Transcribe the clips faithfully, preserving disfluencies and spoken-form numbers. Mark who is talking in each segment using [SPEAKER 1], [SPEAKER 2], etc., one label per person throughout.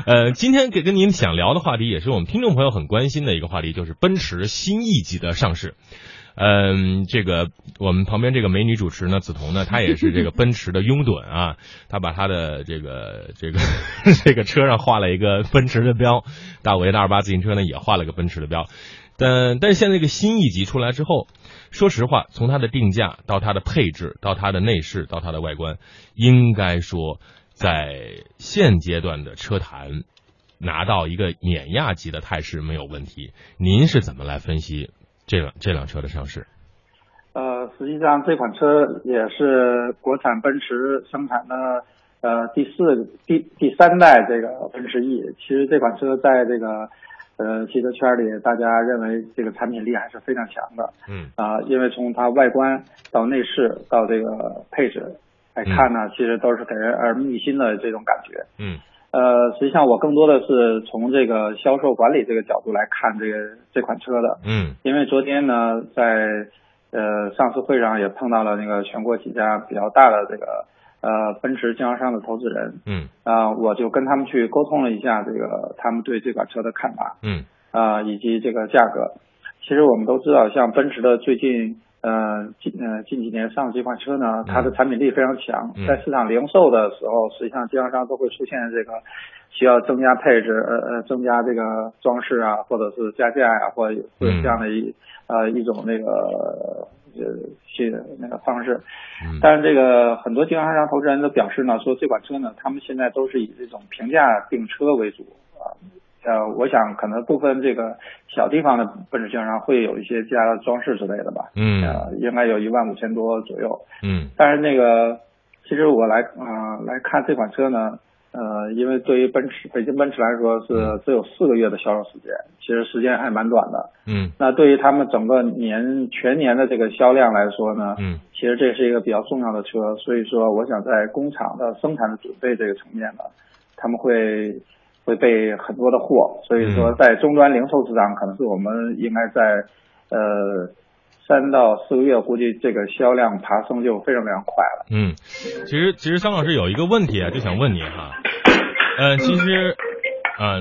[SPEAKER 1] 呃，今天给跟您想聊的话题也是我们听众朋友很关心的一个话题，就是奔驰新 E 级的上市。嗯，这个我们旁边这个美女主持呢，梓潼呢，她也是这个奔驰的拥趸啊，她把她的这个这个这个车上画了一个奔驰的标，大伟的二八自行车呢也画了个奔驰的标，但但是现在这个新 E 级出来之后，说实话，从它的定价到它的配置到它的内饰到它的外观，应该说在现阶段的车坛拿到一个碾压级的态势没有问题。您是怎么来分析这辆这辆车的上市？
[SPEAKER 2] 呃，实际上这款车也是国产奔驰生产的呃第四第第三代这个奔驰 E。其实这款车在这个呃汽车圈里，大家认为这个产品力还是非常强的。
[SPEAKER 1] 嗯
[SPEAKER 2] 啊、呃，因为从它外观到内饰到这个配置来看呢，嗯、其实都是给人耳目一新的这种感觉。
[SPEAKER 1] 嗯。
[SPEAKER 2] 呃，实际上我更多的是从这个销售管理这个角度来看这个这款车的。
[SPEAKER 1] 嗯，
[SPEAKER 2] 因为昨天呢，在呃上市会上也碰到了那个全国几家比较大的这个呃奔驰经销商的投资人。
[SPEAKER 1] 嗯，
[SPEAKER 2] 啊、呃，我就跟他们去沟通了一下这个他们对这款车的看法。
[SPEAKER 1] 嗯，
[SPEAKER 2] 啊、呃，以及这个价格。其实我们都知道，像奔驰的最近。呃，近呃近几年上这款车呢，它的产品力非常强，
[SPEAKER 1] 嗯、
[SPEAKER 2] 在市场零售的时候，实际上经销商都会出现这个需要增加配置，呃呃增加这个装饰啊，或者是加价呀、啊，或者或者这样的一、嗯、呃一种那个呃新那个方式。
[SPEAKER 1] 嗯、
[SPEAKER 2] 但是这个很多经销商投资人都表示呢，说这款车呢，他们现在都是以这种平价订车为主啊。呃，我想可能部分这个小地方的奔驰经销商会有一些加装饰之类的吧，
[SPEAKER 1] 嗯，
[SPEAKER 2] 呃，应该有一万五千多左右，
[SPEAKER 1] 嗯，
[SPEAKER 2] 但是那个其实我来啊、呃、来看这款车呢，呃，因为对于奔驰北京奔驰来说是只有四个月的销售时间，其实时间还蛮短的，
[SPEAKER 1] 嗯，
[SPEAKER 2] 那对于他们整个年全年的这个销量来说呢，
[SPEAKER 1] 嗯，
[SPEAKER 2] 其实这是一个比较重要的车，所以说我想在工厂的生产的准备这个层面呢，他们会。会备很多的货，所以说在终端零售市场，可能是我们应该在呃三到四个月，估计这个销量爬升就非常非常快了。
[SPEAKER 1] 嗯，其实其实桑老师有一个问题啊，就想问您哈，呃，其实啊，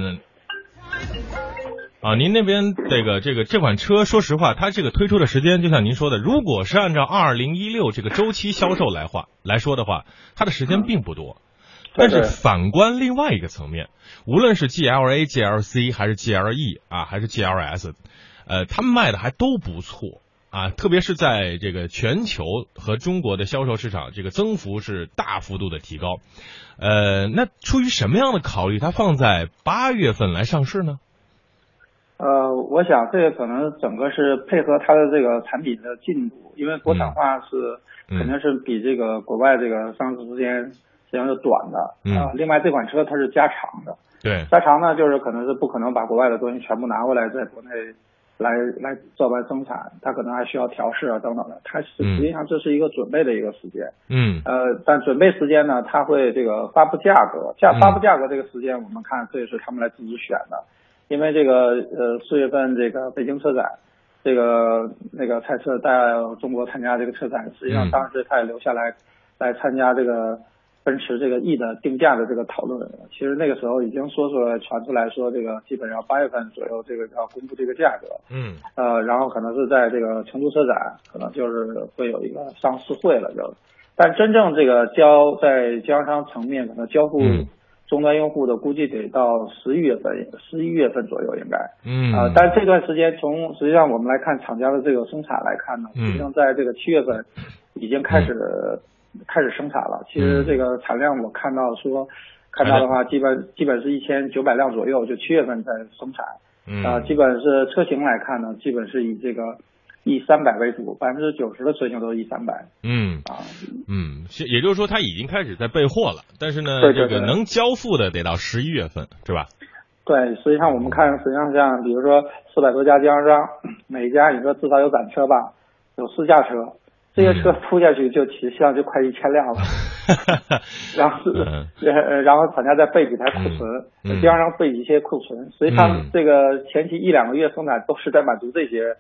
[SPEAKER 1] 啊，您那边这个这个这款车，说实话，它这个推出的时间，就像您说的，如果是按照二零一六这个周期销售来话来说的话，它的时间并不多。但是反观另外一个层面，无论是 G L A、G L C 还是 G L E 啊，还是 G L S， 呃，他们卖的还都不错啊，特别是在这个全球和中国的销售市场，这个增幅是大幅度的提高。呃，那出于什么样的考虑，它放在八月份来上市呢？
[SPEAKER 2] 呃，我想这个可能整个是配合它的这个产品的进度，因为国产化是、嗯、肯定是比这个国外这个上市时间。实际上是短的啊、
[SPEAKER 1] 嗯
[SPEAKER 2] 呃，另外这款车它是加长的，
[SPEAKER 1] 对，
[SPEAKER 2] 加长呢就是可能是不可能把国外的东西全部拿回来在国内来来照搬生产，它可能还需要调试啊等等的，它实际上这是一个准备的一个时间，
[SPEAKER 1] 嗯，
[SPEAKER 2] 呃，但准备时间呢，它会这个发布价格，价发布价格这个时间我们看这也是他们来自己选的，因为这个呃四月份这个北京车展，这个那个蔡策带中国参加这个车展，实际上当时他也留下来来参加这个。奔驰这个 E 的定价的这个讨论，其实那个时候已经说出来传出来说，这个基本上八月份左右这个要公布这个价格，
[SPEAKER 1] 嗯，
[SPEAKER 2] 呃，然后可能是在这个成都车展，可能就是会有一个上市会了就，但真正这个交在经销商层面可能交付终端用户的，估计得到十一月份，十一月份左右应该，
[SPEAKER 1] 嗯，
[SPEAKER 2] 啊、呃，但这段时间从实际上我们来看厂家的这个生产来看呢，实际上在这个七月份已经开始。嗯开始生产了，其实这个产量我看到说，看到的话，基本基本是一千九百辆左右，就七月份在生产，
[SPEAKER 1] 嗯，
[SPEAKER 2] 啊、呃，基本是车型来看呢，基本是以这个 E 三百为主，百分之九十的车型都是 E 三百，
[SPEAKER 1] 嗯，啊，嗯，也就是说它已经开始在备货了，但是呢，
[SPEAKER 2] 对对对
[SPEAKER 1] 这个能交付的得到十一月份，是吧？
[SPEAKER 2] 对，实际上我们看，实际上像比如说四百多家经销商，每家你说至少有展车吧，有试驾车。这些车铺下去就起销就快一千辆了，然后呃然后厂家再备几台库存，经销商备一些库存，实际上这个前期一两个月生产都是在满足这些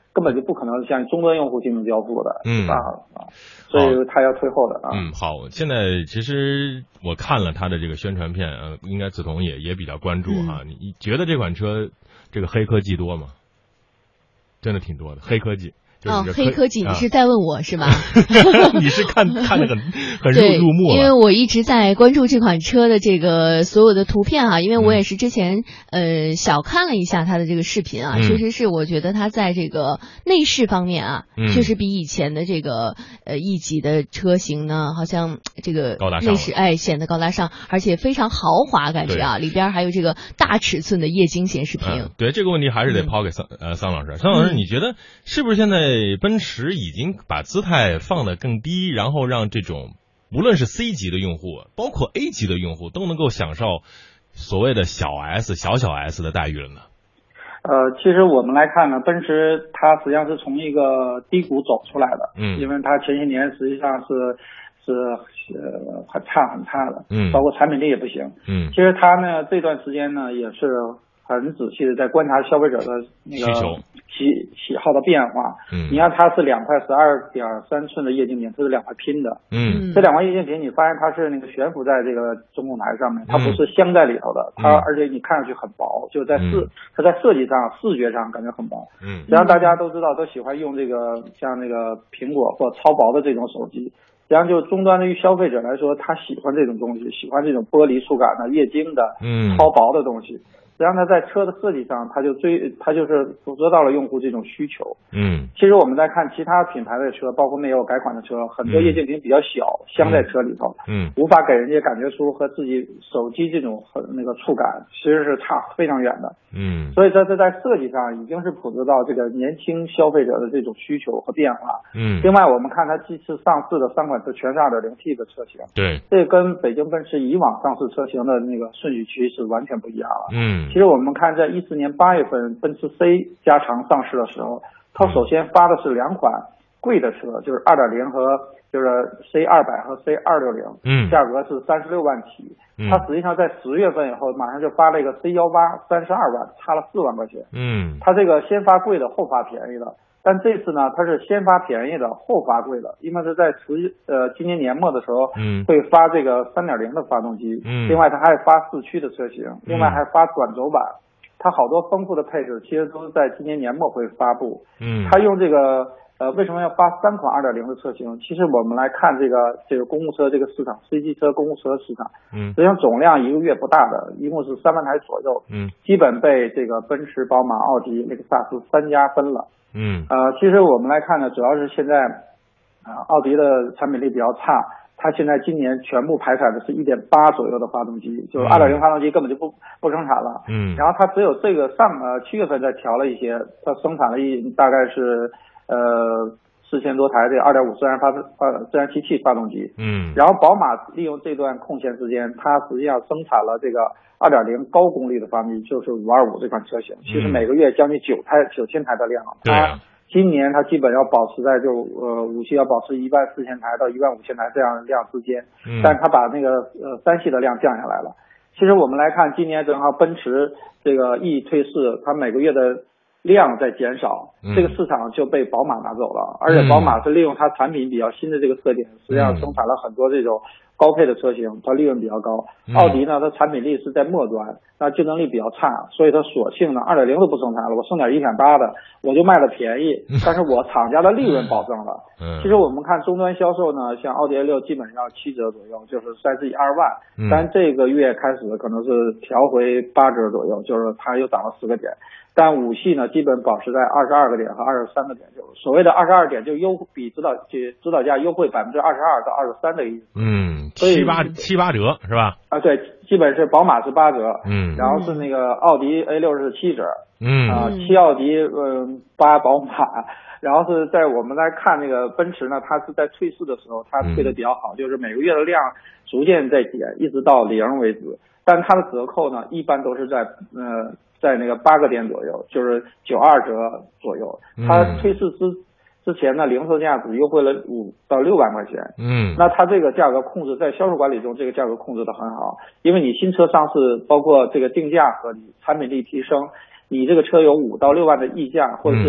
[SPEAKER 2] 根本就不可能向终端用户进行交付的，
[SPEAKER 1] 嗯
[SPEAKER 2] 啊啊，所以他要退后的啊。
[SPEAKER 1] 嗯，好，现在其实我看了他的这个宣传片，呃，应该子彤也也比较关注哈。嗯、你觉得这款车这个黑科技多吗？真的挺多的，黑科技。
[SPEAKER 3] 哦，黑科技，你是在问我是吗？
[SPEAKER 1] 你是看看得很很入入目了。
[SPEAKER 3] 因为我一直在关注这款车的这个所有的图片啊，因为我也是之前、嗯、呃小看了一下它的这个视频啊，嗯、确实是我觉得它在这个内饰方面啊，嗯、确实比以前的这个呃 E 级的车型呢，好像这个内饰哎显得高大上，而且非常豪华感觉啊，里边还有这个大尺寸的液晶显示屏。
[SPEAKER 1] 嗯、对这个问题还是得抛给桑、嗯、呃桑老师，桑老师、嗯、你觉得是不是现在？奔驰已经把姿态放得更低，然后让这种无论是 C 级的用户，包括 A 级的用户都能够享受所谓的小 S、小小 S 的待遇了呢？
[SPEAKER 2] 呃，其实我们来看呢，奔驰它实际上是从一个低谷走出来的，嗯，因为它前些年实际上是是呃很差很差的，嗯，包括产品力也不行，嗯，其实它呢这段时间呢也是很仔细的在观察消费者的那个喜喜好的变化。嗯，你看它是两块十二点三寸的液晶屏，它是两块拼的。嗯，这两块液晶屏你发现它是那个悬浮在这个中控台上面，它不是镶在里头的，嗯、它而且你看上去很薄，就在视、嗯、它在设计上视觉上感觉很薄。嗯，然后大家都知道都喜欢用这个像那个苹果或超薄的这种手机。实际上，就终端对于消费者来说，他喜欢这种东西，喜欢这种玻璃触感的、液晶的、嗯、超薄的东西。实际上，它在车的设计上，它就追，它就是捕捉到了用户这种需求。嗯，其实我们在看其他品牌的车，包括没有改款的车，很多液晶屏比较小，镶在车里头，嗯，无法给人家感觉出和自己手机这种很那个触感，其实是差非常远的。嗯，所以说这在设计上已经是捕捉到这个年轻消费者的这种需求和变化。嗯，另外我们看它这次上市的三款车全是 二点零 T 的车型，对，这跟北京奔驰以往上市车型的那个顺序其实是完全不一样了。嗯。其实我们看在一四年八月份奔驰 C 加长上市的时候，它首先发的是两款贵的车，就是 二点零 和就是 C 二百 和 C 二六零， 嗯，价格是三十六万起。嗯，它实际上在十月份以后马上就发了一个 C 一八， 三十二万，差了四万块钱。嗯，它这个先发贵的后发便宜的。但这次呢，它是先发便宜的，后发贵的，因为是在十呃今年年末的时候，嗯，会发这个 三点零 的发动机，嗯，另外它还发四驱的车型，另外还发短轴版，它好多丰富的配置其实都是在今年年末会发布，嗯，它用这个呃为什么要发三款 二点零 的车型？其实我们来看这个这个公务车这个市场 ，C 级车公务车市场，嗯，实际上总量一个月不大的，一共是三万台左右，嗯，基本被这个奔驰、宝马、奥迪、雷克萨斯三家分了。嗯，呃，其实我们来看呢，主要是现在，啊、呃，奥迪的产品力比较差，它现在今年全部排产的是 一点八 左右的发动机，就是 二点零 发动机根本就不不生产了。嗯，然后它只有这个上呃七月份再调了一些，它生产了一大概是呃四千多台这 二点五 自然发呃自然吸气发动机。嗯，然后宝马利用这段空闲时间，它实际上生产了这个二点零 高功率的发动机，就是五二五这款车型，其实每个月将近九台九千台的量。对、啊。今年它基本要保持在就呃五系要保持一万四千台到一万五千台这样的量之间，嗯，但是它把那个呃三系的量降下来了。其实我们来看，今年正好奔驰这个 E 退市，它每个月的量在减少，嗯，这个市场就被宝马拿走了，而且宝马是利用它产品比较新的这个特点，实际上生产了很多这种高配的车型，它利润比较高。奥迪呢，它产品力是在末端，那竞争力比较差，所以它索性呢 二点零 都不生产了，我生点 一点八 的，我就卖的便宜，但是我厂家的利润保证了。其实我们看终端销售呢，像奥迪 A 六基本上要七折左右，就是三十一二万，但这个月开始可能是调回八折左右，就是它又涨了十个点。但五系呢，基本保持在二十二个点和二十三个点，就所谓的二十二点就优比指导指导价优惠百分之二十二到二十三的意思。嗯，
[SPEAKER 1] 七八七八折是吧？
[SPEAKER 2] 啊，对，基本是宝马是八折，嗯，然后是那个奥迪 A 六 是七折，嗯啊，七奥迪嗯八宝马，然后是在我们来看那个奔驰呢，它是在退市的时候，它退的比较好，嗯，就是每个月的量逐渐在减，一直到零为止，但它的折扣呢，一般都是在呃。在那个八个点左右，就是九二折左右。它退市之之前呢，零售价只优惠了五到六万块钱。嗯，那它这个价格控制在销售管理中，这个价格控制的很好，因为你新车上市，包括这个定价和你产品力提升，你这个车有五到六万的溢价，或者是有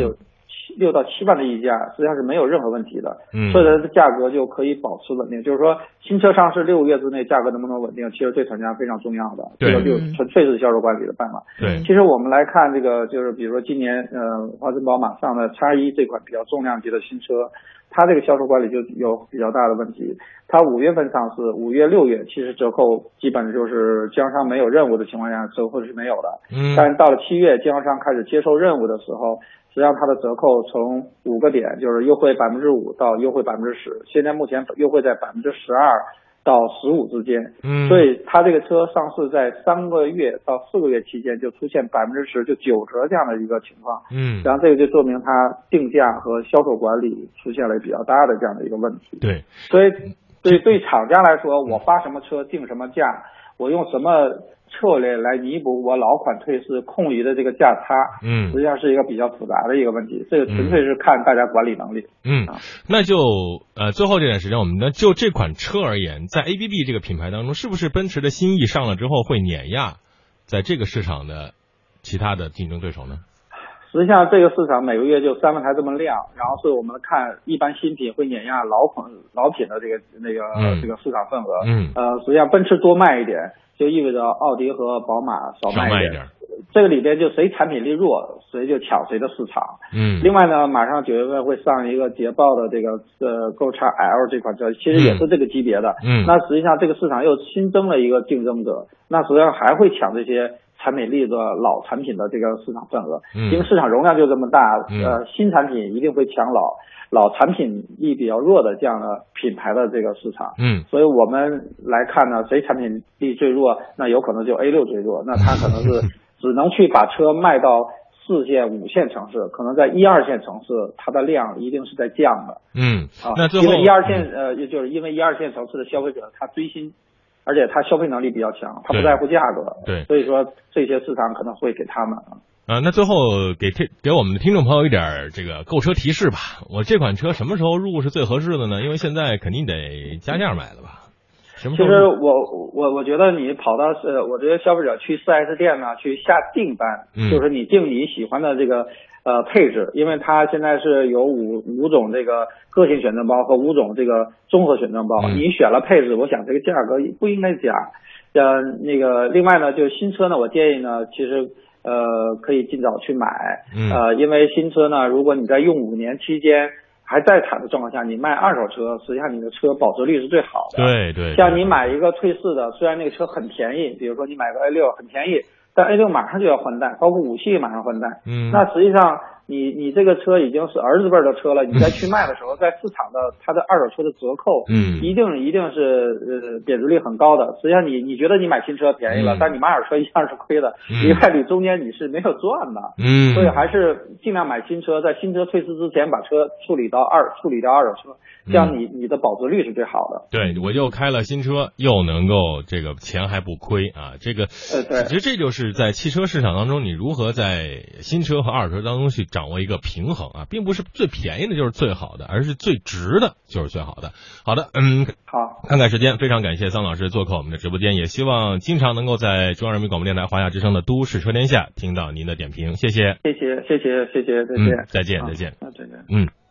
[SPEAKER 2] 六到七万的溢价，实际上是没有任何问题的，
[SPEAKER 1] 嗯，
[SPEAKER 2] 所以它的价格就可以保持稳定。就是说，新车上市六个月之内价格能不能稳定，其实对厂家非常重要的，这个就纯粹是销售管理的办法。
[SPEAKER 1] 对，
[SPEAKER 2] 其实我们来看这个，就是比如说今年呃，华晨宝马上的 X 一这款比较重量级的新车，它这个销售管理就有比较大的问题。它五月份上市，五月六月其实折扣基本就是经销商没有任务的情况下，折扣是没有的。
[SPEAKER 1] 嗯，
[SPEAKER 2] 但是到了七月，经销商开始接受任务的时候，实际上它的折扣从五个点，就是优惠百分之五到优惠百分之十，现在目前优惠在百分之十二到十五之间。
[SPEAKER 1] 嗯，
[SPEAKER 2] 所以它这个车上市在三个月到四个月期间就出现百分之十就九折这样的一个情况。
[SPEAKER 1] 嗯，
[SPEAKER 2] 然后这个就说明它定价和销售管理出现了比较大的这样的一个问题。
[SPEAKER 1] 对，
[SPEAKER 2] 所以对对厂家来说，我发什么车定什么价，我用什么策略来弥补我老款退市空余的这个价差，
[SPEAKER 1] 嗯，
[SPEAKER 2] 实际上是一个比较复杂的一个问题，这个纯粹是看大家管理能力。
[SPEAKER 1] 嗯，
[SPEAKER 2] 啊、
[SPEAKER 1] 那就呃最后这段时间，我们呢就这款车而言，在 A B B 这个品牌当中，是不是奔驰的新 E 上了之后会碾压在这个市场的其他的竞争对手呢？
[SPEAKER 2] 实际上，这个市场每个月就三万台这么量，然后所以我们看一般新品会碾压老款老品的这个那个、
[SPEAKER 1] 嗯、
[SPEAKER 2] 这个市场份额。
[SPEAKER 1] 嗯，
[SPEAKER 2] 呃，实际上奔驰多卖一点，就意味着奥迪和宝马少卖一点。
[SPEAKER 1] 少卖一点。
[SPEAKER 2] 这个里边就谁产品力弱，谁就抢谁的市场。
[SPEAKER 1] 嗯。
[SPEAKER 2] 另外呢，马上九月份会上一个捷豹的这个呃 Go X L 这款车，其实也是这个级别的。
[SPEAKER 1] 嗯。
[SPEAKER 2] 那实际上这个市场又新增了一个竞争者，那实际上还会抢这些产品力的老产品的这个市场份额。
[SPEAKER 1] 嗯。
[SPEAKER 2] 因为市场容量就这么大，
[SPEAKER 1] 嗯、
[SPEAKER 2] 呃，新产品一定会抢老老产品力比较弱的这样的品牌的这个市场。
[SPEAKER 1] 嗯。
[SPEAKER 2] 所以我们来看呢，谁产品力最弱，那有可能就 A 六最弱，那它可能是只能去把车卖到四线、五线城市，可能在一二线城市，它的量一定是在降的。
[SPEAKER 1] 嗯，
[SPEAKER 2] 啊，
[SPEAKER 1] 那最后
[SPEAKER 2] 因为一二线呃，就是因为一二线城市的消费者他追新，而且他消费能力比较强，他不在乎价格，
[SPEAKER 1] 对，
[SPEAKER 2] 所以说这些市场可能会给他们啊。
[SPEAKER 1] 啊，那最后给听给我们的听众朋友一点这个购车提示吧。我这款车什么时候入是最合适的呢？因为现在肯定得加价买了吧。其
[SPEAKER 2] 实我我我觉得你跑到呃，我觉得消费者去 四 S 店呢，去下定单，
[SPEAKER 1] 嗯、
[SPEAKER 2] 就是你定你喜欢的这个呃配置，因为它现在是有五五种这个个性选择包和五种这个综合选择包，
[SPEAKER 1] 嗯、
[SPEAKER 2] 你选了配置，我想这个价格不应该加。呃，那个另外呢，就是新车呢，我建议呢，其实呃可以尽早去买，
[SPEAKER 1] 嗯、
[SPEAKER 2] 呃，因为新车呢，如果你在用五年期间还在产的状况下，你卖二手车，实际上你的车保值率是最好的。
[SPEAKER 1] 对 对, 对。
[SPEAKER 2] 像你买一个退市的，虽然那个车很便宜，比如说你买个 A 六很便宜，但 A 六马上就要换代，包括五系马上换代。
[SPEAKER 1] 嗯。
[SPEAKER 2] 那实际上你你这个车已经是儿子辈的车了，你再去卖的时候，在市场的它的二手车的折扣，
[SPEAKER 1] 嗯，
[SPEAKER 2] 一定一定是呃贬值率很高的。实际上你你觉得你买新车便宜了，
[SPEAKER 1] 嗯、
[SPEAKER 2] 但你买二手车一样是亏的，
[SPEAKER 1] 嗯、
[SPEAKER 2] 另外你中间你是没有赚的。
[SPEAKER 1] 嗯。
[SPEAKER 2] 所以还是尽量买新车，在新车退市之前把车处理到二处理掉二手车，这样你你的保值率是最好的。
[SPEAKER 1] 对，我又开了新车，又能够这个钱还不亏啊，这个
[SPEAKER 2] 呃对，
[SPEAKER 1] 其实这就是在汽车市场当中，你如何在新车和二手车当中去掌握一个平衡啊，并不是最便宜的就是最好的，而是最值的就是最好的。好的，嗯，
[SPEAKER 2] 好，
[SPEAKER 1] 看看时间，非常感谢桑老师做客我们的直播间，也希望经常能够在中央人民广播电台华夏之声的都市车天下听到您的点评，谢谢，
[SPEAKER 2] 谢谢，谢谢，谢谢，再见，
[SPEAKER 1] 嗯、再见，再见，
[SPEAKER 2] 啊，再见，
[SPEAKER 1] 嗯。